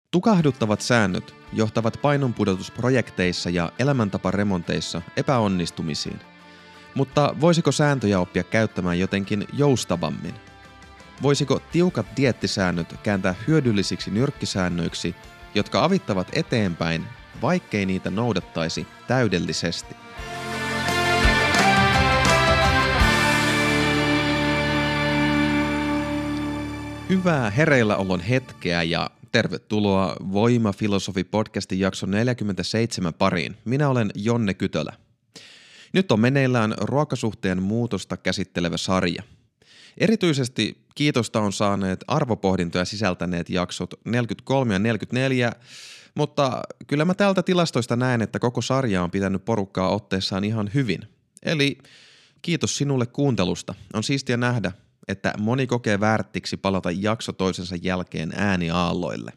Tukahduttavat säännöt johtavat painonpudotusprojekteissa ja elämäntaparemonteissa epäonnistumisiin. Mutta voisiko sääntöjä oppia käyttämään jotenkin joustavammin? Voisiko tiukat dieettisäännöt kääntää hyödyllisiksi nyrkkisäännöiksi, jotka avittavat eteenpäin, vaikkei niitä noudattaisi täydellisesti? Hyvää hereilläolon hetkeä ja tervetuloa Voimafilosofi-podcastin jakson 47 pariin. Minä olen Jonne Kytölä. Nyt on meneillään ruokasuhteen muutosta käsittelevä sarja. Erityisesti kiitosta on saaneet arvopohdintoja sisältäneet jaksot 43 ja 44, mutta kyllä mä täältä tilastoista näen, että koko sarja on pitänyt porukkaa otteessaan ihan hyvin. Eli kiitos sinulle kuuntelusta. On siistiä nähdä, että moni kokee väärtiksi palata jakso toisensa jälkeen ääniaalloille.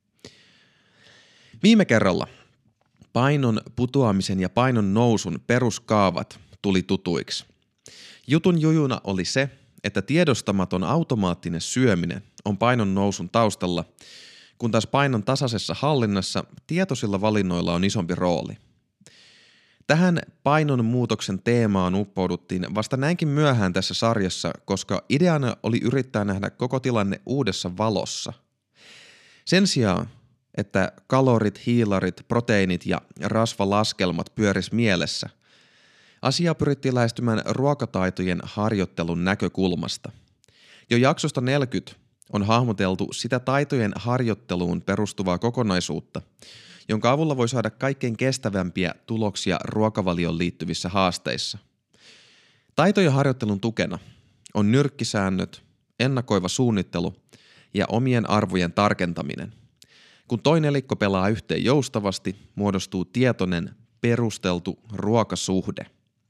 Viime kerralla painon putoamisen ja painon nousun peruskaavat tuli tutuiksi. Jutun jujuna oli se, että tiedostamaton automaattinen syöminen on painon nousun taustalla, kun taas painon tasaisessa hallinnassa tietoisilla valinnoilla on isompi rooli. Tähän painon muutoksen teemaan uppouduttiin vasta näinkin myöhään tässä sarjassa, koska ideana oli yrittää nähdä koko tilanne uudessa valossa. Sen sijaan, että kalorit, hiilarit, proteiinit ja rasvalaskelmat pyöris mielessä, asiaa pyrittiin lähestymään ruokataitojen harjoittelun näkökulmasta. Jo jaksosta 40 on hahmoteltu sitä taitojen harjoitteluun perustuvaa kokonaisuutta, jonka avulla voi saada kaikkein kestävämpiä tuloksia ruokavalioon liittyvissä haasteissa. Taitojen harjoittelun tukena on nyrkkisäännöt, ennakoiva suunnittelu ja omien arvojen tarkentaminen. Kun toi nelikko pelaa yhteen joustavasti, muodostuu tietoinen, perusteltu ruokasuhde.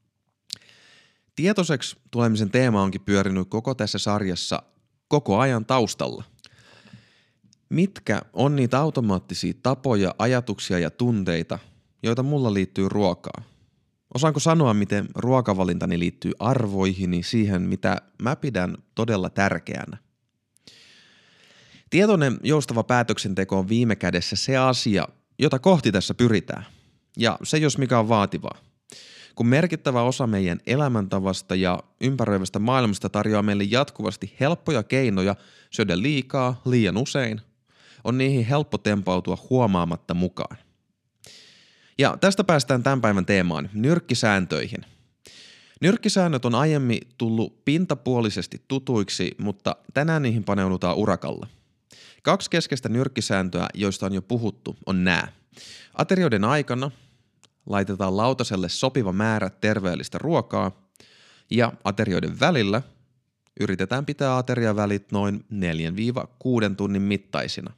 Tietoiseksi tulemisen teema onkin pyörinyt koko tässä sarjassa koko ajan taustalla. Mitkä on niitä automaattisia tapoja, ajatuksia ja tunteita, joita mulla liittyy ruokaan? Osaanko sanoa, miten ruokavalintani liittyy arvoihini, siihen mitä mä pidän todella tärkeänä? Tietoinen joustava päätöksenteko on viime kädessä se asia, jota kohti tässä pyritään. Ja se jos mikä on vaativaa. Kun merkittävä osa meidän elämäntavasta ja ympäröivästä maailmasta tarjoaa meille jatkuvasti helppoja keinoja syödä liikaa, liian usein, on niihin helppo tempautua huomaamatta mukaan. Ja tästä päästään tämän päivän teemaan, nyrkkisääntöihin. Nyrkkisäännöt on aiemmin tullut pintapuolisesti tutuiksi, mutta tänään niihin paneudutaan urakalla. 2 keskeistä nyrkkisääntöä, joista on jo puhuttu, on nämä. Aterioiden aikana laitetaan lautaselle sopiva määrä terveellistä ruokaa ja aterioiden välillä yritetään pitää ateriavälit noin 4-6 tunnin mittaisina.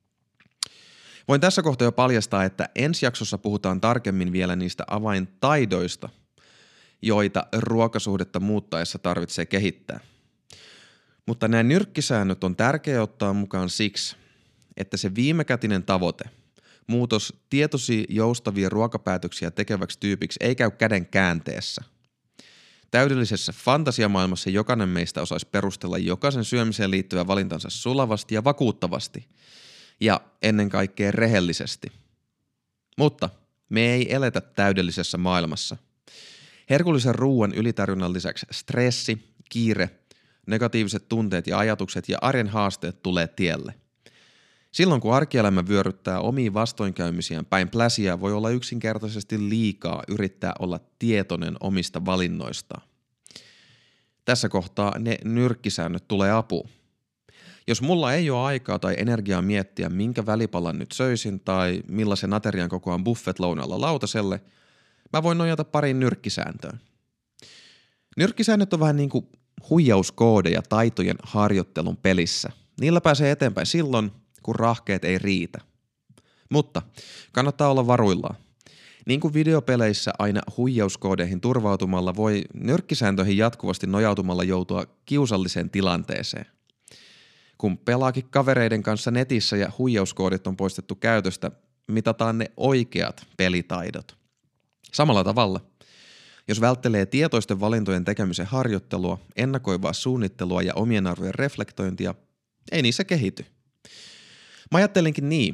Voin tässä kohtaa jo paljastaa, että ensi jaksossa puhutaan tarkemmin vielä niistä avaintaidoista, joita ruokasuhdetta muuttaessa tarvitsee kehittää. Mutta nämä nyrkkisäännöt on tärkeää ottaa mukaan siksi, että se viimekätinen tavoite, muutos tietoisia joustavia ruokapäätöksiä tekeväksi tyypiksi ei käy käden käänteessä. Täydellisessä fantasiamaailmassa jokainen meistä osaisi perustella jokaisen syömiseen liittyvän valintansa sulavasti ja vakuuttavasti ja ennen kaikkea rehellisesti. Mutta me ei eletä täydellisessä maailmassa. Herkullisen ruuan ylitarjonnan lisäksi stressi, kiire, negatiiviset tunteet ja ajatukset ja arjen haasteet tulee tielle. Silloin kun arkielämä vyöryttää omiin vastoinkäymisiään päin pläsiä, voi olla yksinkertaisesti liikaa yrittää olla tietoinen omista valinnoistaan. Tässä kohtaa ne nyrkkisäännöt tulee apuun. Jos mulla ei ole aikaa tai energiaa miettiä, minkä välipalan nyt söisin tai millaisen aterian kokoan buffet-lounalla lautaselle, mä voin nojata pariin nyrkkisääntöön. Nyrkkisäännöt on vähän niin kuin huijauskoodeja taitojen harjoittelun pelissä. Niillä pääsee eteenpäin silloin, kun rahkeet ei riitä. Mutta kannattaa olla varuillaan. Niin kuin videopeleissä aina huijauskoodeihin turvautumalla voi nyrkkisääntöihin jatkuvasti nojautumalla joutua kiusalliseen tilanteeseen. Kun pelaakin kavereiden kanssa netissä ja huijauskoodit on poistettu käytöstä, mitataan ne oikeat pelitaidot. Samalla tavalla, jos välttelee tietoisten valintojen tekemisen harjoittelua, ennakoivaa suunnittelua ja omien arvojen reflektointia, ei niissä kehity. Mä ajattelinkin niin,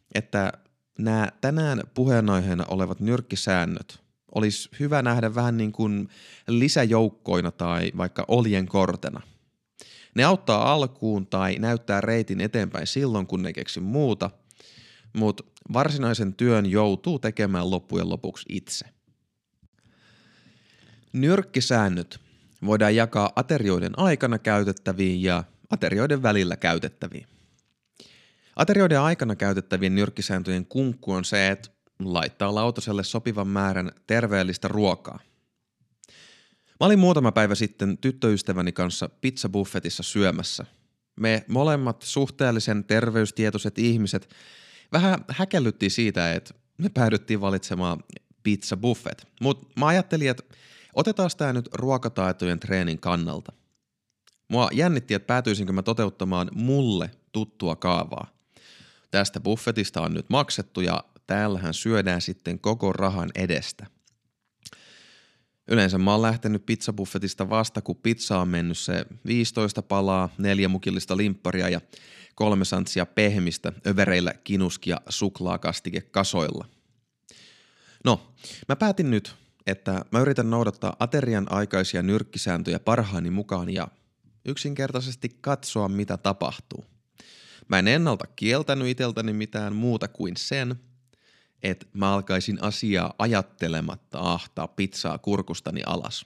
että nämä tänään puheenaiheena olevat nyrkkisäännöt olisi hyvä nähdä vähän niin kuin lisäjoukkoina tai vaikka oljenkortena. Ne auttaa alkuun tai näyttää reitin eteenpäin silloin, kun ne keksi muuta, mutta varsinaisen työn joutuu tekemään loppujen lopuksi itse. Nyrkkisäännöt voidaan jakaa aterioiden aikana käytettäviin ja aterioiden välillä käytettäviin. Aterioiden aikana käytettävien nyrkkisääntöjen kunkku on se, että laittaa lautaselle sopivan määrän terveellistä ruokaa. Mä olin muutama päivä sitten tyttöystäväni kanssa pizzabuffetissa syömässä. Me molemmat suhteellisen terveystietoiset ihmiset vähän häkellyttiin siitä, että me päädyttiin valitsemaan pizzabuffet. Mutta mä ajattelin, että otetaan tää nyt ruokataitojen treenin kannalta. Mua jännitti, että päätyisinkö mä toteuttamaan mulle tuttua kaavaa. Tästä buffetista on nyt maksettu ja täällähän syödään sitten koko rahan edestä. Yleensä mä oon lähtenyt pizzabuffetista vasta, kun pizza on mennyt se 15 palaa, 4 mukillista limpparia ja 3 santsia pehmistä övereillä kinuskia suklaakastikekasoilla. No, mä päätin nyt, että mä yritän noudattaa aterian aikaisia nyrkkisääntöjä parhaani mukaan ja yksinkertaisesti katsoa, mitä tapahtuu. Mä en ennalta kieltänyt iteltäni mitään muuta kuin sen, että mä alkaisin asiaa ajattelematta ahtaa pizzaa kurkustani alas.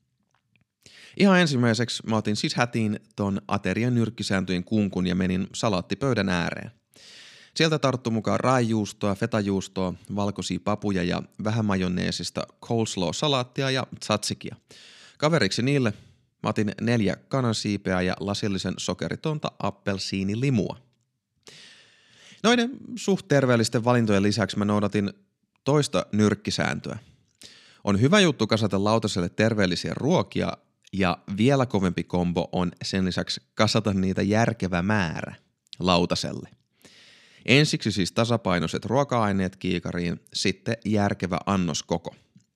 Ihan ensimmäiseksi mä otin siis hätiin ton aterian nyrkkisääntöjen kunkun ja menin salaattipöydän ääreen. Sieltä tarttui mukaan raijuustoa, fetajuustoa, valkoisia papuja ja vähän majoneesista coleslaw-salaattia ja tzatsikia. Kaveriksi niille mä otin 4 kanansiipeä ja lasillisen sokeritonta appelsiinilimua. Noiden suht terveellisten valintojen lisäksi mä noudatin toista nyrkkisääntöä. On hyvä juttu kasata lautaselle terveellisiä ruokia ja vielä kovempi kombo on sen lisäksi kasata niitä järkevä määrä lautaselle. Ensiksi siis tasapainoiset ruoka-aineet kiikariin, sitten järkevä annoskoko.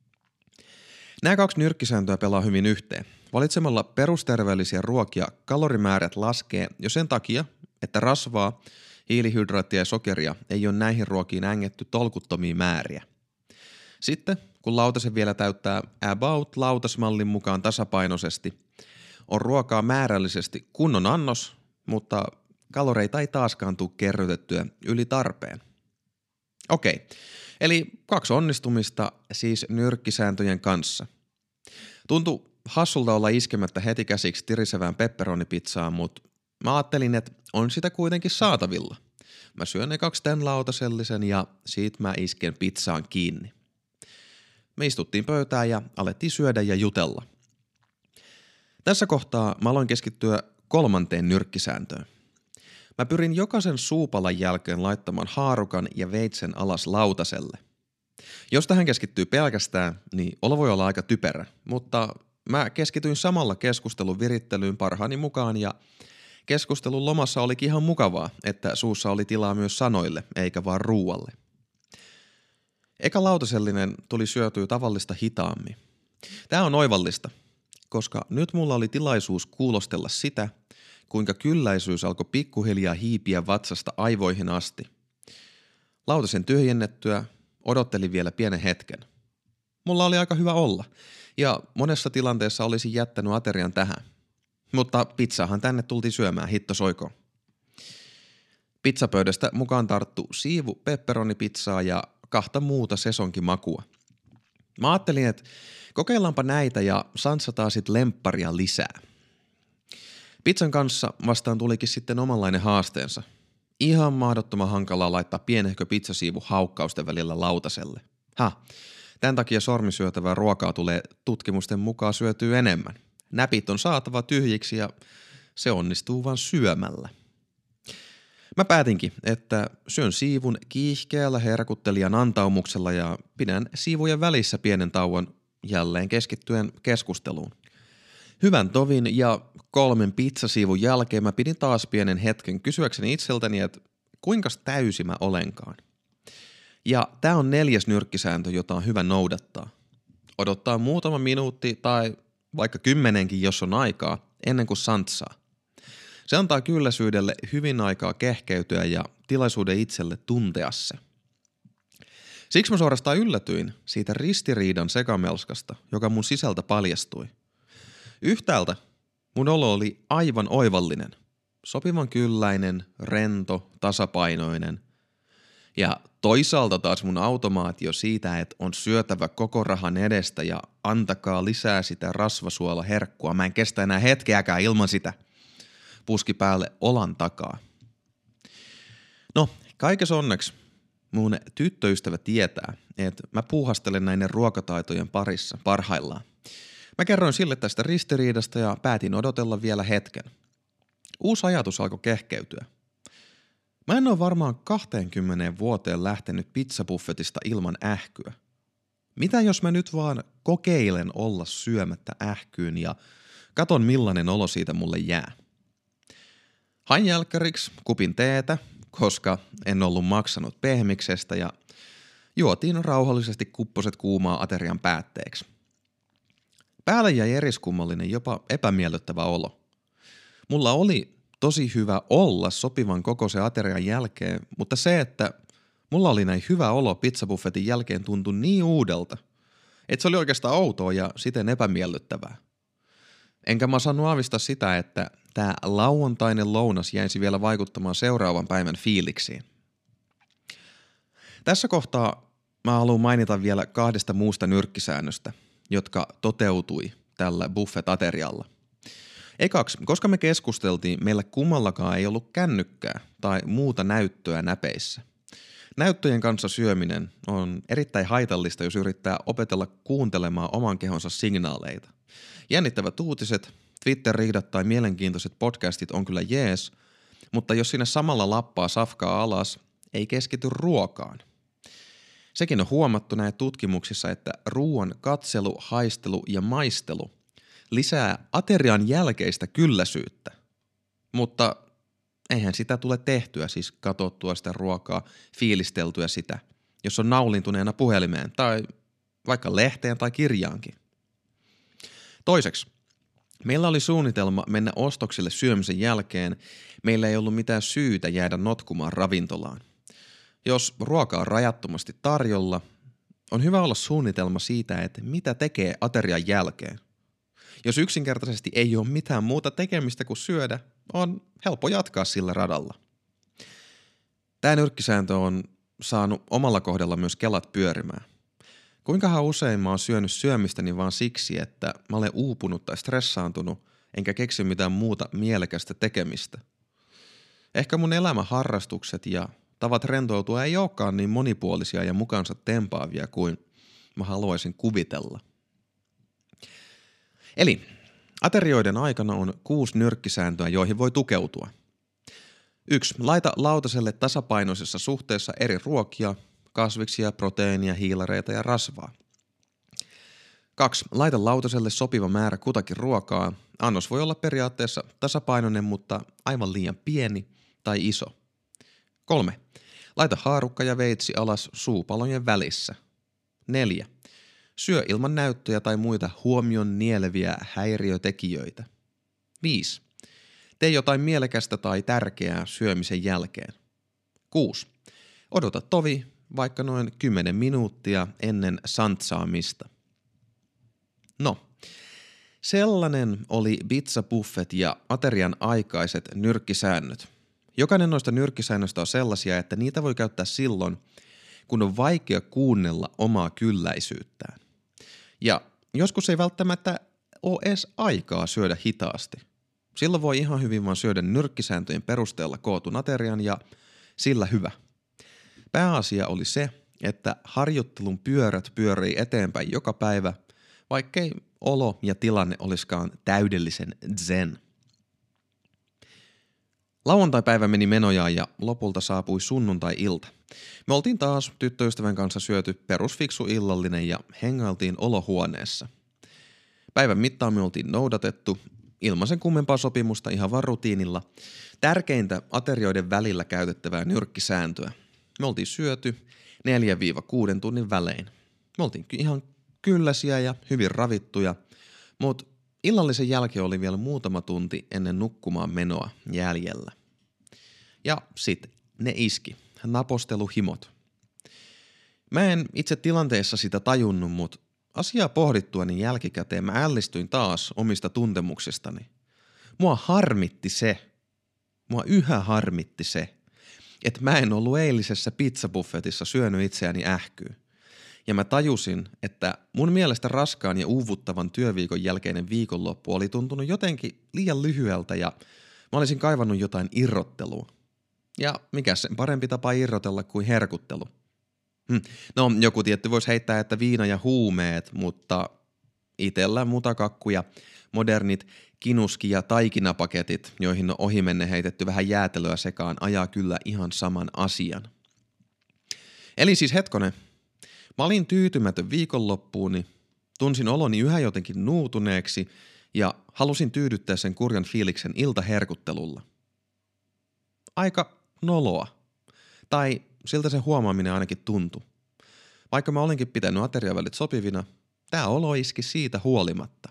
Nämä 2 nyrkkisääntöä pelaa hyvin yhteen. Valitsemalla perusterveellisiä ruokia kalorimäärät laskee jo sen takia, että rasvaa, hiilihydraattia ja sokeria ei ole näihin ruokiin ängetty tolkuttomia määriä. Sitten, kun lautasen vielä täyttää about lautasmallin mukaan tasapainoisesti, on ruokaa määrällisesti kunnon annos, mutta kaloreita ei taaskaan tule kerrytettyä yli tarpeen. Okei, eli 2 onnistumista siis nyrkkisääntöjen kanssa. Tuntui hassulta olla iskemättä heti käsiksi tirisevään pepperonipizzaan, mutta mä ajattelin, että on sitä kuitenkin saatavilla. Mä syön ekaksi tän lautasellisen ja siitä mä isken pizzaan kiinni. Me istuttiin pöytään ja alettiin syödä ja jutella. Tässä kohtaa mä aloin keskittyä 3. nyrkkisääntöön. Mä pyrin jokaisen suupalan jälkeen laittamaan haarukan ja veitsen alas lautaselle. Jos tähän keskittyy pelkästään, niin olo voi olla aika typerä, mutta mä keskityin samalla keskustelun virittelyyn parhaani mukaan ja keskustelun lomassa olikin ihan mukavaa, että suussa oli tilaa myös sanoille, eikä vaan ruualle. Eka lautasellinen tuli syötyä tavallista hitaammin. Tää on oivallista, koska nyt mulla oli tilaisuus kuulostella sitä, kuinka kylläisyys alkoi pikkuhiljaa hiipiä vatsasta aivoihin asti. Lautasen tyhjennettyä odottelin vielä pienen hetken. Mulla oli aika hyvä olla, ja monessa tilanteessa olisin jättänyt aterian tähän. Mutta pizzahan tänne tultiin syömään, hitto soiko. Pizzapöydästä mukaan tarttu siivu pepperonipizzaa ja 2 muuta sesonkimakua. Mä ajattelin, että kokeillaanpa näitä ja santsataan sit lempparia lisää. Pizzan kanssa vastaan tulikin sitten omanlainen haasteensa. Ihan mahdottoman hankalaa laittaa pienehkö pizzasiivu haukkausten välillä lautaselle. Tän takia sormisyötävää ruokaa tulee tutkimusten mukaan syötyä enemmän. Näpit on saatava tyhjiksi ja se onnistuu vain syömällä. Mä päätinkin, että syön siivun kiihkeällä herkuttelijan antaumuksella ja pidän siivujen välissä pienen tauon jälleen keskittyen keskusteluun. Hyvän tovin ja 3 pizzasiivun jälkeen mä pidin taas pienen hetken kysyäkseni itseltäni, että kuinka täysi mä olenkaan. Ja tää on 4. nyrkkisääntö, jota on hyvä noudattaa. Odottaa muutama minuutti tai vaikka 10 jos on aikaa, ennen kuin santsaa. Se antaa kylläisyydelle hyvin aikaa kehkeytyä ja tilaisuuden itselle tuntea se. Siksi mä suorastaan yllätyin siitä ristiriidan sekamelskasta, joka mun sisältä paljastui. Yhtäältä mun olo oli aivan oivallinen, sopivan kylläinen, rento, tasapainoinen. Ja toisaalta taas mun automaatio siitä, että on syötävä koko rahan edestä ja antakaa lisää sitä rasvasuolaherkkua. Mä en kestä enää hetkeäkään ilman sitä. Puski päälle olan takaa. No, kaikessa onneksi mun tyttöystävä tietää, että mä puuhastelen näiden ruokataitojen parissa parhaillaan. Mä kerroin sille tästä ristiriidasta ja päätin odotella vielä hetken. Uusi ajatus alkoi kehkeytyä. Mä en ole varmaan 20 vuoteen lähtenyt pizzabuffetista ilman ähkyä. Mitä jos mä nyt vaan kokeilen olla syömättä ähkyyn ja katon millainen olo siitä mulle jää. Hain jälkkäriksi kupin teetä, koska en ollut maksanut pehmiksestä ja juotiin rauhallisesti kupposet kuumaa aterian päätteeksi. Päälle jäi eriskummallinen, jopa epämiellyttävä olo. Mulla oli tosi hyvä olla sopivan kokoisen aterian jälkeen, mutta se, että mulla oli näin hyvä olo pizzabuffetin jälkeen tuntui niin uudelta, että se oli oikeastaan outoa ja siten epämiellyttävää. Enkä mä saanut aavistaa sitä, että tää lauantainen lounas jäisi vielä vaikuttamaan seuraavan päivän fiiliksiin. Tässä kohtaa mä haluan mainita vielä 2 muusta nyrkkisäännöstä, jotka toteutui tällä buffet-aterialla. Ekaksi, koska me keskusteltiin, meillä kummallakaan ei ollut kännykkää tai muuta näyttöä näpeissä. Näyttöjen kanssa syöminen on erittäin haitallista, jos yrittää opetella kuuntelemaan oman kehonsa signaaleita. Jännittävät uutiset, Twitter-riidat tai mielenkiintoiset podcastit on kyllä jees, mutta jos siinä samalla lappaa safkaa alas, ei keskity ruokaan. Sekin on huomattu näin tutkimuksissa, että ruoan katselu, haistelu ja maistelu lisää aterian jälkeistä kylläisyyttä. Mutta eihän sitä tule tehtyä, siis katsottua sitä ruokaa, fiilisteltyä sitä, jos on naulintuneena puhelimeen tai vaikka lehteen tai kirjaankin. Toiseksi, meillä oli suunnitelma mennä ostoksille syömisen jälkeen, meillä ei ollut mitään syytä jäädä notkumaan ravintolaan. Jos ruoka on rajattomasti tarjolla, on hyvä olla suunnitelma siitä, että mitä tekee aterian jälkeen. Jos yksinkertaisesti ei ole mitään muuta tekemistä kuin syödä, on helppo jatkaa sillä radalla. Tämä nyrkkisääntö on saanut omalla kohdalla myös kelat pyörimään. Kuinkahan usein mä oon syönyt syömistäni vaan siksi, että mä olen uupunut tai stressaantunut, enkä keksi mitään muuta mielekästä tekemistä. Ehkä mun elämän harrastukset ja tavat rentoutua ei olekaan niin monipuolisia ja mukaansa tempaavia kuin mä haluaisin kuvitella. Eli aterioiden aikana on 6 nyrkkisääntöä, joihin voi tukeutua. 1. Laita lautaselle tasapainoisessa suhteessa eri ruokia, kasviksia, proteiinia, hiilareita ja rasvaa. 2. Laita lautaselle sopiva määrä kutakin ruokaa. Annos voi olla periaatteessa tasapainoinen, mutta aivan liian pieni tai iso. 3. Laita haarukka ja veitsi alas suupalojen välissä. 4. Syö ilman näyttöjä tai muita huomion nieleviä häiriötekijöitä. 5. Tee jotain mielekästä tai tärkeää syömisen jälkeen. 6. Odota tovi vaikka noin 10 minuuttia ennen santsaamista. No, sellainen oli pizzabuffet ja aterian aikaiset nyrkkisäännöt. Jokainen noista nyrkkisäännöistä on sellaisia, että niitä voi käyttää silloin, kun on vaikea kuunnella omaa kylläisyyttään. Ja joskus ei välttämättä ole edes aikaa syödä hitaasti. Silloin voi ihan hyvin vaan syödä nyrkkisääntöjen perusteella kootun aterian ja sillä hyvä. Pääasia oli se, että harjoittelun pyörät pyörii eteenpäin joka päivä, vaikkei olo ja tilanne olisikaan täydellisen zen. Lauantai-päivä meni menojaan ja lopulta saapui sunnuntai-ilta. Me oltiin taas tyttöystävän kanssa syöty perusfiksu illallinen ja hengailtiin olohuoneessa. Päivän mittaan me oltiin noudatettu, ilman sen kummempaa sopimusta ihan vaan rutiinilla, tärkeintä aterioiden välillä käytettävää nyrkkisääntöä. Me oltiin syöty 4-6 tunnin välein. Me oltiin ihan kylläisiä ja hyvin ravittuja, mutta illallisen jälkeen oli vielä muutama tunti ennen nukkumaan menoa jäljellä. Ja sit ne iski, naposteluhimot. Mä en itse tilanteessa sitä tajunnut, mutta asiaa pohdittuani jälkikäteen mä ällistyin taas omista tuntemuksistani. Mua yhä harmitti se, että mä en ollut eilisessä pizzabuffetissa syönyt itseäni ähkyyn. Ja mä tajusin, että mun mielestä raskaan ja uuvuttavan työviikon jälkeinen viikonloppu oli tuntunut jotenkin liian lyhyeltä ja mä olisin kaivannut jotain irrottelua. Ja mikä sen parempi tapa irrotella kuin herkuttelu? No, joku tietty voisi heittää, että viina ja huumeet, mutta itellä mutakakku ja modernit kinuski- ja taikinapaketit, joihin on ohimenne heitetty vähän jäätelöä sekaan, ajaa kyllä ihan saman asian. Eli siis hetkonen, mä olin tyytymätön viikonloppuuni, tunsin oloni yhä jotenkin nuutuneeksi ja halusin tyydyttää sen kurjan fiiliksen iltaherkuttelulla. Aika noloa. Tai siltä se huomaaminen ainakin tuntui. Vaikka mä olinkin pitänyt ateriavälit sopivina, tää olo iski siitä huolimatta.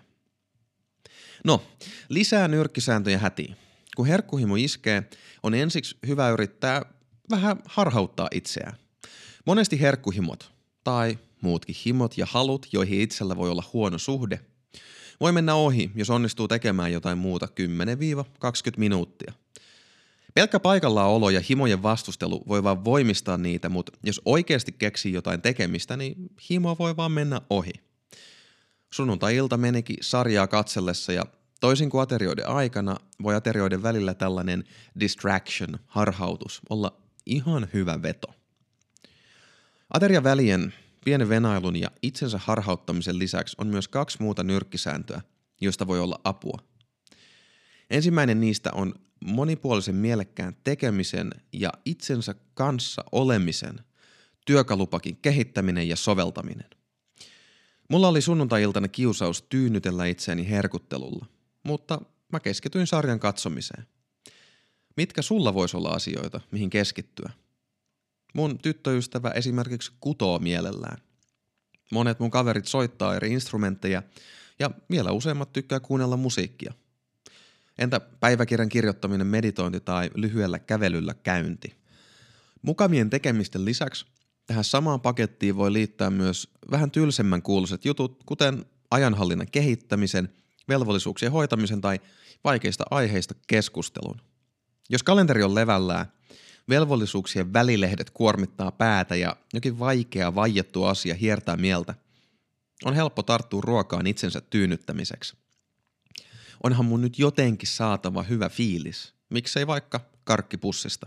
No, lisää nyrkkisääntöjä hätiin. Kun herkkuhimo iskee, on ensiksi hyvä yrittää vähän harhauttaa itseään. Monesti herkkuhimot, tai muutkin himot ja halut, joihin itsellä voi olla huono suhde, voi mennä ohi, jos onnistuu tekemään jotain muuta 10-20 minuuttia. Pelkkä paikallaan ja himojen vastustelu voi vaan voimistaa niitä, mutta jos oikeasti keksii jotain tekemistä, niin himo voi vaan mennä ohi. Sunnuntai-ilta menikin sarjaa katsellessa ja toisin kuin aterioiden aikana, voi aterioiden välillä tällainen distraction, harhautus, olla ihan hyvä veto. Aterian välien, pienen venailun ja itsensä harhauttamisen lisäksi on myös 2 muuta nyrkkisääntöä, joista voi olla apua. Ensimmäinen niistä on monipuolisen mielekkään tekemisen ja itsensä kanssa olemisen työkalupakin kehittäminen ja soveltaminen. Mulla oli sunnuntai-iltana kiusaus tyynnytellä itseäni herkuttelulla, mutta mä keskityin sarjan katsomiseen. Mitkä sulla voisi olla asioita, mihin keskittyä? Mun tyttöystävä esimerkiksi kutoo mielellään. Monet mun kaverit soittaa eri instrumentteja ja vielä useimmat tykkää kuunnella musiikkia. Entä päiväkirjan kirjoittaminen, meditointi tai lyhyellä kävelyllä käynti? Mukavien tekemisten lisäksi tähän samaan pakettiin voi liittää myös vähän tylsemmän kuuluiset jutut, kuten ajanhallinnan kehittämisen, velvollisuuksien hoitamisen tai vaikeista aiheista keskustelun. Jos kalenteri on levällään, velvollisuuksien välilehdet kuormittaa päätä ja jokin vaikea vaiettu asia hiertää mieltä, on helppo tarttua ruokaan itsensä tyynnyttämiseksi. Onhan mun nyt jotenkin saatava hyvä fiilis, miksei vaikka karkkipussista.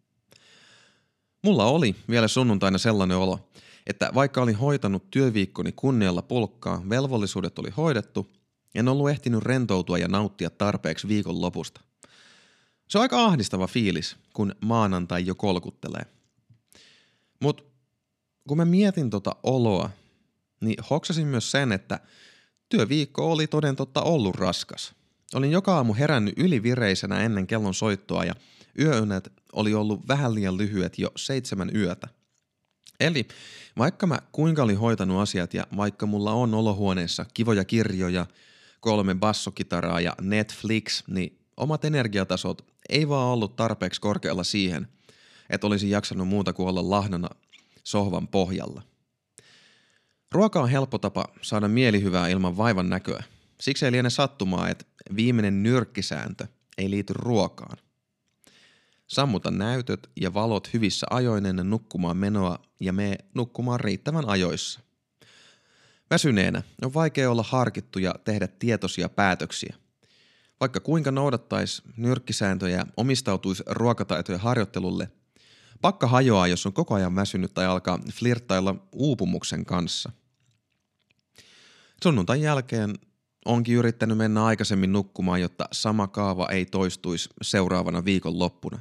Mulla oli vielä sunnuntaina sellainen olo, että vaikka olin hoitanut työviikkoni kunnialla pulkkaa, velvollisuudet oli hoidettu, en ollut ehtinyt rentoutua ja nauttia tarpeeksi viikon lopusta. Se on aika ahdistava fiilis, kun maanantai jo kolkuttelee. Mut kun mä mietin tota oloa, niin hoksasin myös sen, että työviikko oli toden totta ollut raskas. Olin joka aamu herännyt ylivireisenä ennen kellon soittoa ja yöyönet oli ollut vähän liian lyhyet jo 7 yötä. Eli vaikka mä kuinka olin hoitanut asiat ja vaikka mulla on olohuoneessa kivoja kirjoja, 3 bassokitaraa ja Netflix, niin omat energiatasot ei vaan ollut tarpeeksi korkealla siihen, että olisin jaksanut muuta kuin olla lahnana sohvan pohjalla. Ruoka on helppo tapa saada mielihyvää ilman vaivan näköä. Siksi ei liene sattumaa, että viimeinen nyrkkisääntö ei liity ruokaan. Sammuta näytöt ja valot hyvissä ajoin ennen nukkumaan menoa ja mene nukkumaan riittävän ajoissa. Väsyneenä on vaikea olla harkittu ja tehdä tietoisia päätöksiä. Vaikka kuinka noudattaisi nyrkkisääntöjä ja omistautuisi ruokataitojen harjoittelulle, pakka hajoaa, jos on koko ajan väsynyt tai alkaa flirttailla uupumuksen kanssa. Sunnuntain jälkeen onkin yrittänyt mennä aikaisemmin nukkumaan, jotta sama kaava ei toistuisi seuraavana viikonloppuna.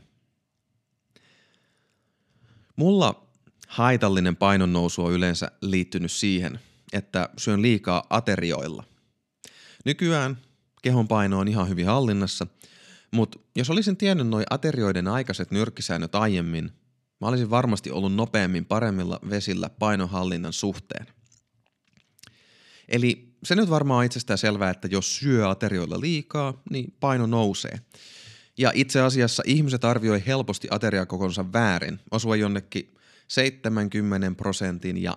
Mulla haitallinen painonnousu on yleensä liittynyt siihen, että syön liikaa aterioilla. Nykyään kehon paino on ihan hyvin hallinnassa, mutta jos olisin tiennyt noi aterioiden aikaiset nyrkkisäännöt aiemmin, mä olisin varmasti ollut nopeammin paremmilla vesillä painonhallinnan suhteen. Eli se nyt varmaan on itsestään selvää, että jos syö aterioilla liikaa, niin paino nousee. Ja itse asiassa ihmiset arvioi helposti ateriakokonsa väärin, osua jonnekin 70% ja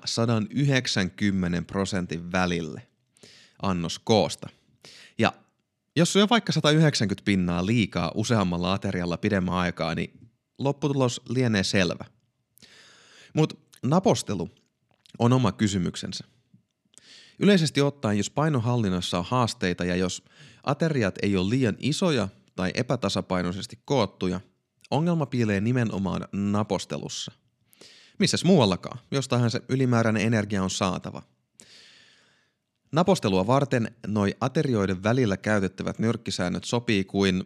190% välille annoskoosta. Ja jos syö vaikka 190 pinnaa liikaa useammalla aterialla pidemmän aikaa, niin lopputulos lienee selvä. Mutta napostelu on oma kysymyksensä. Yleisesti ottaen, jos painonhallinnassa on haasteita ja jos ateriat ei ole liian isoja tai epätasapainoisesti koottuja, ongelma piilee nimenomaan napostelussa. Missäs muuallakaan, jostahan se ylimääräinen energia on saatava. Napostelua varten noi aterioiden välillä käytettävät nyrkkisäännöt sopii kuin,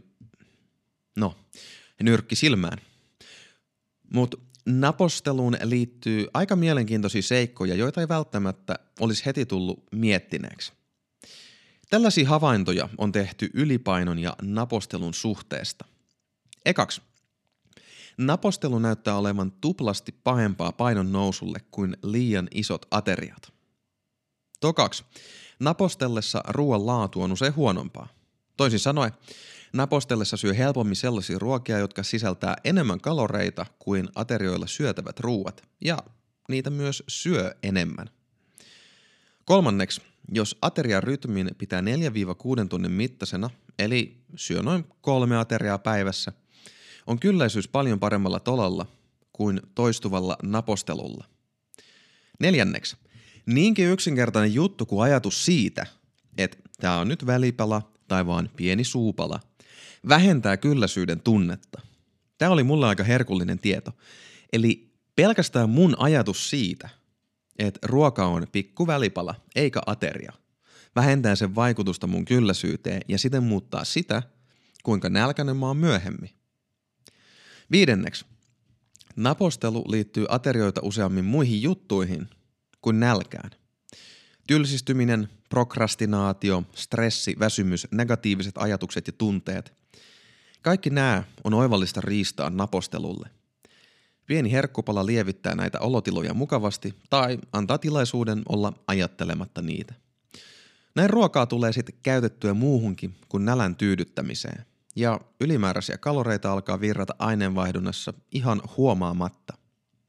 nyrkki silmään. Mutta naposteluun liittyy aika mielenkiintoisia seikkoja, joita ei välttämättä olisi heti tullut miettineeksi. Tällaisia havaintoja on tehty ylipainon ja napostelun suhteesta. Ekaksi. Napostelu näyttää olevan tuplasti pahempaa painon nousulle kuin liian isot ateriat. Tokaksi. Napostellessa ruoan laatu on usein huonompaa. Toisin sanoen, napostellessa syö helpommin sellaisia ruokia, jotka sisältää enemmän kaloreita kuin aterioilla syötävät ruuat, ja niitä myös syö enemmän. Kolmanneksi, jos aterian rytmin pitää 4-6 tunnin mittaisena, eli syö noin 3 ateriaa päivässä, on kylläisyys paljon paremmalla tolalla kuin toistuvalla napostelulla. Neljänneksi, niinkin yksinkertainen juttu kuin ajatus siitä, että tämä on nyt välipala tai vaan pieni suupala, vähentää kylläisyyden tunnetta. Tämä oli mulle aika herkullinen tieto. Eli pelkästään mun ajatus siitä, että ruoka on pikku välipala eikä ateria, vähentää sen vaikutusta mun kylläisyyteen ja siten muuttaa sitä, kuinka nälkäinen mä oon myöhemmin. Viidenneksi, napostelu liittyy aterioita useammin muihin juttuihin kuin nälkään. Tylsistyminen, prokrastinaatio, stressi, väsymys, negatiiviset ajatukset ja tunteet. Kaikki nämä on oivallista riistaa napostelulle. Pieni herkkupala lievittää näitä olotiloja mukavasti tai antaa tilaisuuden olla ajattelematta niitä. Näin ruokaa tulee sitten käytettyä muuhunkin kuin nälän tyydyttämiseen. Ja ylimääräisiä kaloreita alkaa virrata aineenvaihdunnassa ihan huomaamatta.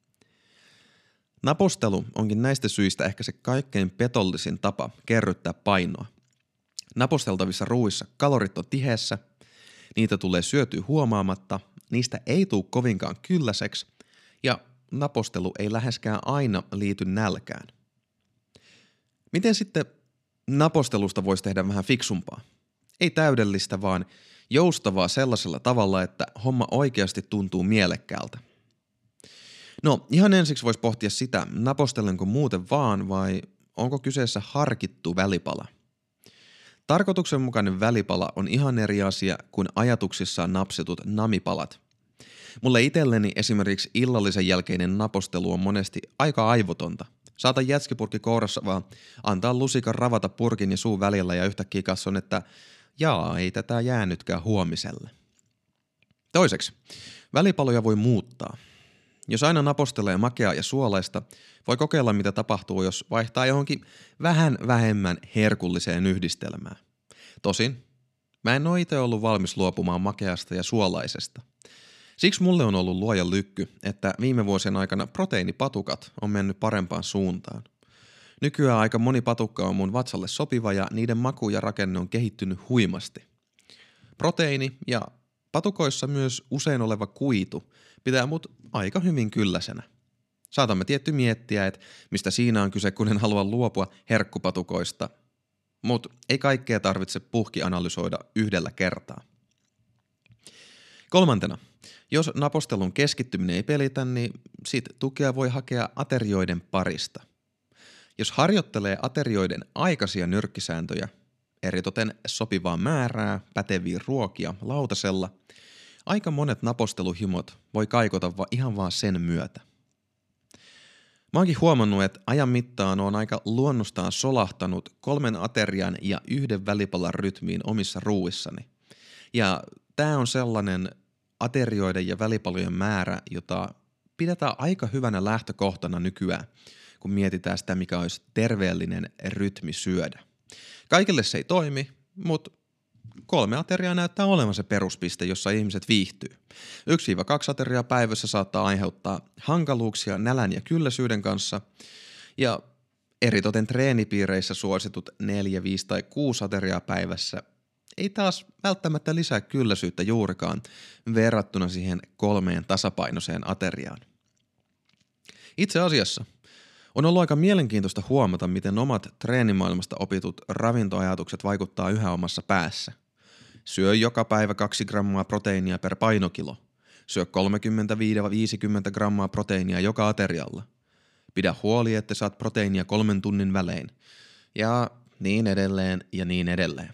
Napostelu onkin näistä syistä ehkä se kaikkein petollisin tapa kerryttää painoa. Naposteltavissa ruuissa kalorit on tiheessä, niitä tulee syötyä huomaamatta, niistä ei tule kovinkaan kylläiseksi ja napostelu ei läheskään aina liity nälkään. Miten sitten napostelusta voisi tehdä vähän fiksumpaa? Ei täydellistä, vaan joustavaa sellaisella tavalla, että homma oikeasti tuntuu mielekkäältä. No, ihan ensiksi voisi pohtia sitä, napostelenko muuten vaan vai onko kyseessä harkittu välipala. Tarkoituksenmukainen välipala on ihan eri asia kuin ajatuksissaan napsitut namipalat. Mulle itselleni esimerkiksi illallisen jälkeinen napostelu on monesti aika aivotonta. Saata jätskipurkki kourassa vaan antaa lusikan ravata purkin ja suun välillä ja yhtäkkiä katson, että ei tätä jäänytkään huomiselle. Toiseksi, välipaloja voi muuttaa. Jos aina napostelee makeaa ja suolaista, voi kokeilla mitä tapahtuu, jos vaihtaa johonkin vähän vähemmän herkulliseen yhdistelmään. Tosin, mä en ole itse ollut valmis luopumaan makeasta ja suolaisesta. Siksi mulle on ollut luojan lykky, että viime vuosien aikana proteiinipatukat on mennyt parempaan suuntaan. Nykyään aika moni patukka on mun vatsalle sopiva ja niiden maku ja rakenne on kehittynyt huimasti. Proteiini ja patukoissa myös usein oleva kuitu pitää mut aika hyvin kylläisenä. Saatamme tietty miettiä, että mistä siinä on kyse, kun en halua luopua herkkupatukoista, mutta ei kaikkea tarvitse puhki-analysoida yhdellä kertaa. Kolmantena, jos napostelun keskittyminen ei pelitä, niin sit tukea voi hakea aterioiden parista. Jos harjoittelee aterioiden aikaisia nyrkkisääntöjä, eritoten sopivaa määrää, päteviä ruokia lautasella, aika monet naposteluhimot voi kaikota ihan vaan sen myötä. Mä oonkin huomannut, että ajan mittaan on aika luonnostaan solahtanut 3 aterian ja 1 välipalan rytmiin omissa ruuissani. Ja tää on sellainen aterioiden ja välipalojen määrä, jota pidetään aika hyvänä lähtökohtana nykyään, kun mietitään sitä, mikä olisi terveellinen rytmi syödä. Kaikille se ei toimi, mutta 3 ateriaa näyttää olevan se peruspiste, jossa ihmiset viihtyy. 1-2 ateriaa päivässä saattaa aiheuttaa hankaluuksia nälän ja kylläisyyden kanssa, ja eritoten treenipiireissä suositut 4, 5 tai 6 ateriaa päivässä ei taas välttämättä lisää kylläisyyttä juurikaan verrattuna siihen 3 tasapainoiseen ateriaan. Itse asiassa on ollut aika mielenkiintoista huomata, miten omat treenimaailmasta opitut ravintoajatukset vaikuttaa yhä omassa päässä. Syö joka päivä 2 grammaa proteiinia per painokilo. Syö 30-50 grammaa proteiinia joka aterialla. Pidä huoli, että saat proteiinia 3 tunnin välein. Ja niin edelleen ja niin edelleen.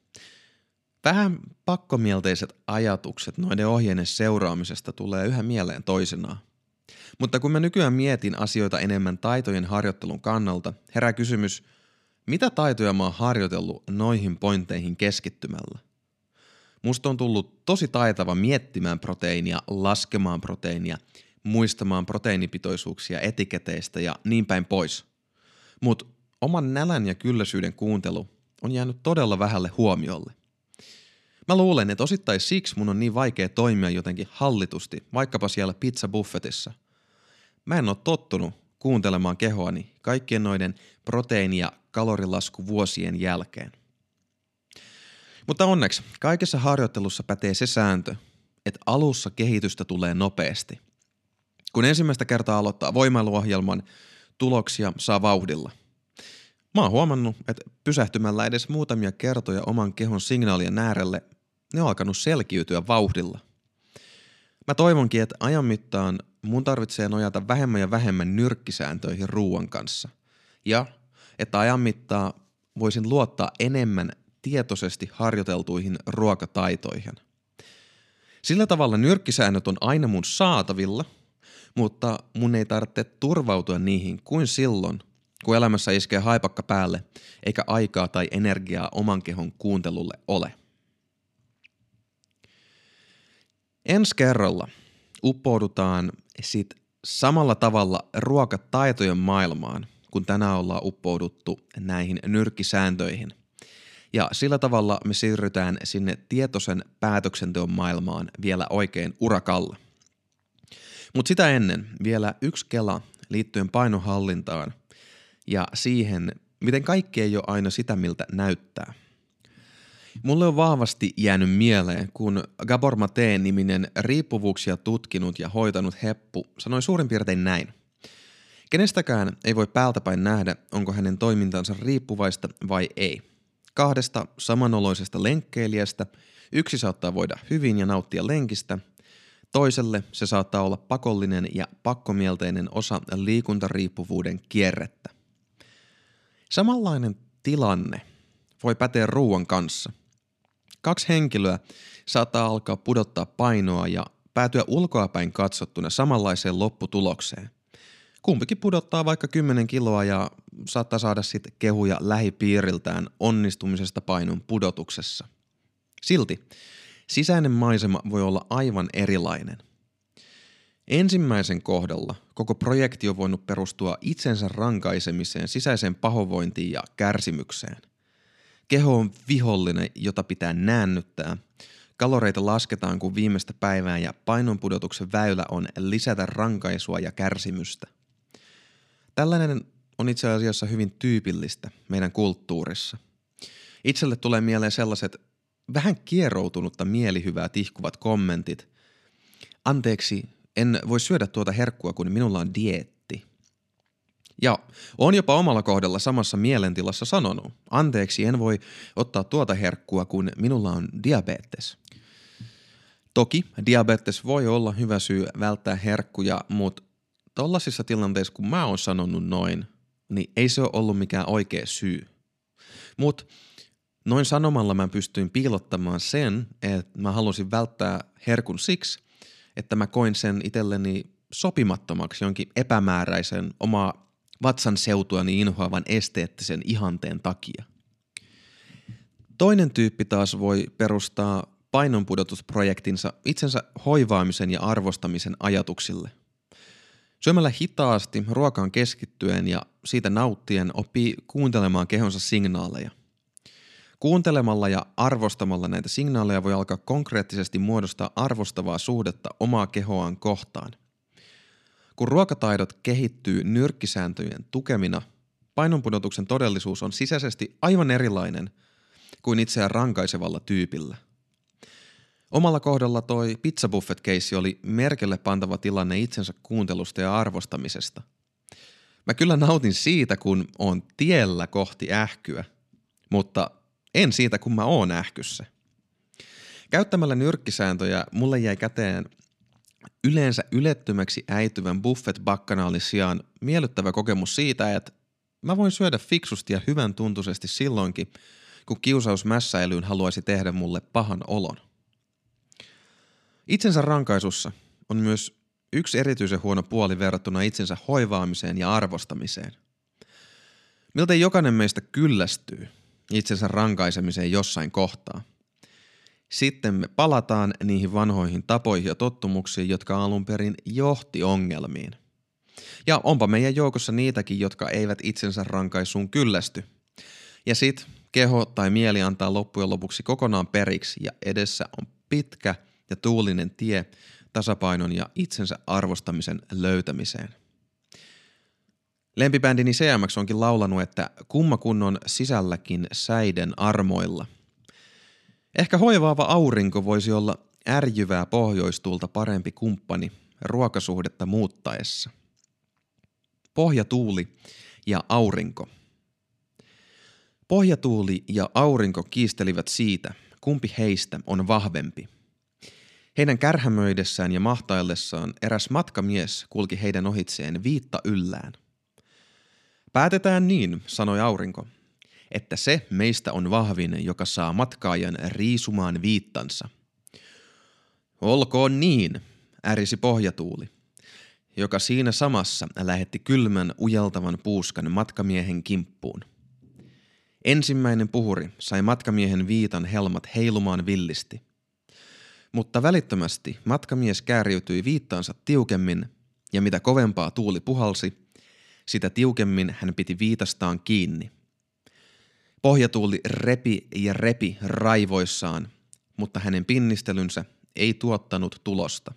Vähän pakkomielteiset ajatukset noiden ohjeiden seuraamisesta tulee yhä mieleen toisinaan. Mutta kun mä nykyään mietin asioita enemmän taitojen harjoittelun kannalta, herää kysymys, mitä taitoja mä oon harjoitellut noihin pointteihin keskittymällä? Musta on tullut tosi taitava miettimään proteiinia, laskemaan proteiinia, muistamaan proteiinipitoisuuksia etiketeistä ja niin päin pois. Mut oman nälän ja kylläisyyden kuuntelu on jäänyt todella vähälle huomiolle. Mä luulen, että osittain siksi mun on niin vaikea toimia jotenkin hallitusti, vaikkapa siellä pizzabuffetissa. Mä en oo tottunut kuuntelemaan kehoani kaikkien noiden proteiini- ja kalorilaskuvuosien jälkeen. Mutta onneksi kaikessa harjoittelussa pätee se sääntö, että alussa kehitystä tulee nopeasti. Kun ensimmäistä kertaa aloittaa voimailuohjelman, tuloksia saa vauhdilla. Mä oon huomannut, että pysähtymällä edes muutamia kertoja oman kehon signaalien äärelle, ne on alkanut selkiytyä vauhdilla. Mä toivonkin, että ajan mittaan mun tarvitsee nojata vähemmän ja vähemmän nyrkkisääntöihin ruuan kanssa. Ja että ajan mittaan voisin luottaa enemmän tietoisesti harjoiteltuihin ruokataitoihin. Sillä tavalla nyrkkisäännöt on aina mun saatavilla, mutta mun ei tarvitse turvautua niihin kuin silloin, kun elämässä iskee haipakka päälle, eikä aikaa tai energiaa oman kehon kuuntelulle ole. Ensi kerralla uppoudutaan sit samalla tavalla ruokataitojen maailmaan, kun tänään ollaan uppouduttu näihin nyrkkisääntöihin. Ja sillä tavalla me siirrytään sinne tietoisen päätöksenteon maailmaan vielä oikein urakalla. Mutta sitä ennen vielä yksi kela liittyen painonhallintaan ja siihen, miten kaikki ei ole aina sitä, miltä näyttää. Mulle on vahvasti jäänyt mieleen, kun Gabor Maté-niminen riippuvuuksia tutkinut ja hoitanut heppu sanoi suurin piirtein näin. Kenestäkään ei voi päältäpäin nähdä, onko hänen toimintansa riippuvaista vai ei. 2 samanoloisesta lenkkeilijästä yksi saattaa voida hyvin ja nauttia lenkistä, toiselle se saattaa olla pakollinen ja pakkomielteinen osa liikuntariippuvuuden kierrettä. Samanlainen tilanne voi päteä ruuan kanssa. 2 henkilöä saattaa alkaa pudottaa painoa ja päätyä ulkoapäin katsottuna samanlaiseen lopputulokseen. Kumpikin pudottaa vaikka 10 kiloa ja saattaa saada sitten kehuja lähipiiriltään onnistumisesta painon pudotuksessa. Silti sisäinen maisema voi olla aivan erilainen. Ensimmäisen kohdalla koko projekti on voinut perustua itsensä rankaisemiseen, sisäiseen pahoinvointiin ja kärsimykseen. Keho on vihollinen, jota pitää näännyttää. Kaloreita lasketaan kuin viimeistä päivää ja painonpudotuksen väylä on lisätä rankaisua ja kärsimystä. Tällainen on itse asiassa hyvin tyypillistä meidän kulttuurissa. Itselle tulee mieleen sellaiset vähän kieroutunutta mielihyvää tihkuvat kommentit. Anteeksi, en voi syödä tuota herkkua, kun minulla on dieetti. Ja on jopa omalla kohdalla samassa mielentilassa sanonut, anteeksi, en voi ottaa tuota herkkua, kun minulla on diabetes. Toki diabetes voi olla hyvä syy välttää herkkuja, mutta tollaisissa tilanteissa, kun mä oon sanonut noin, niin ei se ole ollut mikään oikea syy. Mutta noin sanomalla mä pystyin piilottamaan sen, että mä halusin välttää herkun siksi, että mä koin sen itselleni sopimattomaksi jonkin epämääräisen omaa vatsan seutuani inhoavan esteettisen ihanteen takia. Toinen tyyppi taas voi perustaa painonpudotusprojektinsa itsensä hoivaamisen ja arvostamisen ajatuksille. Syömällä hitaasti, ruokaan keskittyen ja siitä nauttien oppii kuuntelemaan kehonsa signaaleja. Kuuntelemalla ja arvostamalla näitä signaaleja voi alkaa konkreettisesti muodostaa arvostavaa suhdetta omaa kehoaan kohtaan. Kun ruokataidot kehittyy nyrkkisääntöjen tukemina, painonpudotuksen todellisuus on sisäisesti aivan erilainen kuin itseään rankaisevalla tyypillä. Omalla kohdalla toi pizzabuffet-keissi oli merkille pantava tilanne itsensä kuuntelusta ja arvostamisesta. Mä kyllä nautin siitä, kun oon tiellä kohti ähkyä, mutta en siitä, kun mä oon ähkyssä. Käyttämällä nyrkkisääntöjä mulle jäi käteen yleensä ylettömäksi äityvän buffet-bakkanaalin sijaan miellyttävä kokemus siitä, että mä voin syödä fiksusti ja hyvän tuntuisesti silloinkin, kun kiusaus mässäilyyn haluaisi tehdä mulle pahan olon. Itsensä rankaisussa on myös yksi erityisen huono puoli verrattuna itsensä hoivaamiseen ja arvostamiseen. Miltei jokainen meistä kyllästyy itsensä rankaisemiseen jossain kohtaa. Sitten me palataan niihin vanhoihin tapoihin ja tottumuksiin, jotka alun perin johti ongelmiin. Ja onpa meidän joukossa niitäkin, jotka eivät itsensä rankaisuun kyllästy. Ja sit keho tai mieli antaa loppujen lopuksi kokonaan periksi ja edessä on pitkä ja tuulinen tie tasapainon ja itsensä arvostamisen löytämiseen. Lempibändini CMX onkin laulanut, että kumma kun on sisälläkin säiden armoilla. Ehkä hoivaava aurinko voisi olla ärjyvää pohjoistuulta parempi kumppani ruokasuhdetta muuttaessa. Pohjatuuli ja aurinko. Pohjatuuli ja aurinko kiistelivät siitä, kumpi heistä on vahvempi. Heidän kärhämöidessään ja mahtaillessaan eräs matkamies kulki heidän ohitseen viitta yllään. Päätetään niin, sanoi aurinko, että se meistä on vahvin, joka saa matkaajan riisumaan viittansa. Olkoon niin, ärisi pohjatuuli, joka siinä samassa lähetti kylmän ujeltavan puuskan matkamiehen kimppuun. Ensimmäinen puhuri sai matkamiehen viitan helmat heilumaan villisti. Mutta välittömästi matkamies kääriytyi viittaansa tiukemmin, ja mitä kovempaa tuuli puhalsi, sitä tiukemmin hän piti viitastaan kiinni. Pohjatuuli repi ja repi raivoissaan, mutta hänen pinnistelynsä ei tuottanut tulosta.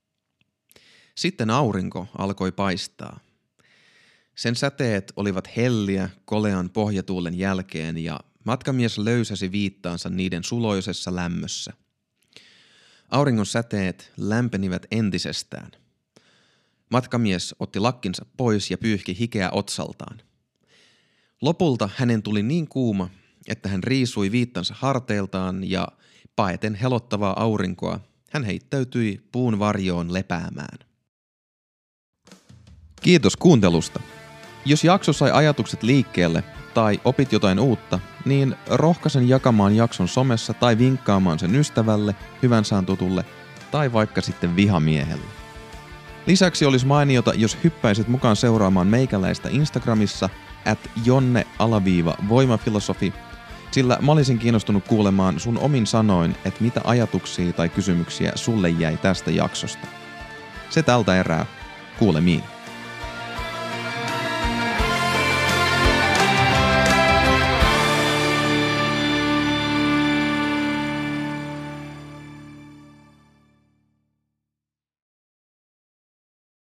Sitten aurinko alkoi paistaa. Sen säteet olivat helliä kolean pohjatuulen jälkeen ja matkamies löysäsi viittaansa niiden suloisessa lämmössä. Auringon säteet lämpenivät entisestään. Matkamies otti lakkinsa pois ja pyyhki hikeä otsaltaan. Lopulta hänen tuli niin kuuma, että hän riisui viittansa harteiltaan ja paeten helottavaa aurinkoa hän heittäytyi puun varjoon lepäämään. Kiitos kuuntelusta. Jos jakso sai ajatukset liikkeelle tai opit jotain uutta, niin rohkaisen jakamaan jakson somessa tai vinkkaamaan sen ystävälle, hyvän sään tutulle tai vaikka sitten vihamiehelle. Lisäksi olisi mainiota, jos hyppäisit mukaan seuraamaan meikäläistä Instagramissa @jonne_voimafilosofi, sillä mä olisin kiinnostunut kuulemaan sun omin sanoin, että mitä ajatuksia tai kysymyksiä sulle jäi tästä jaksosta. Se tältä erää. Kuulemiin.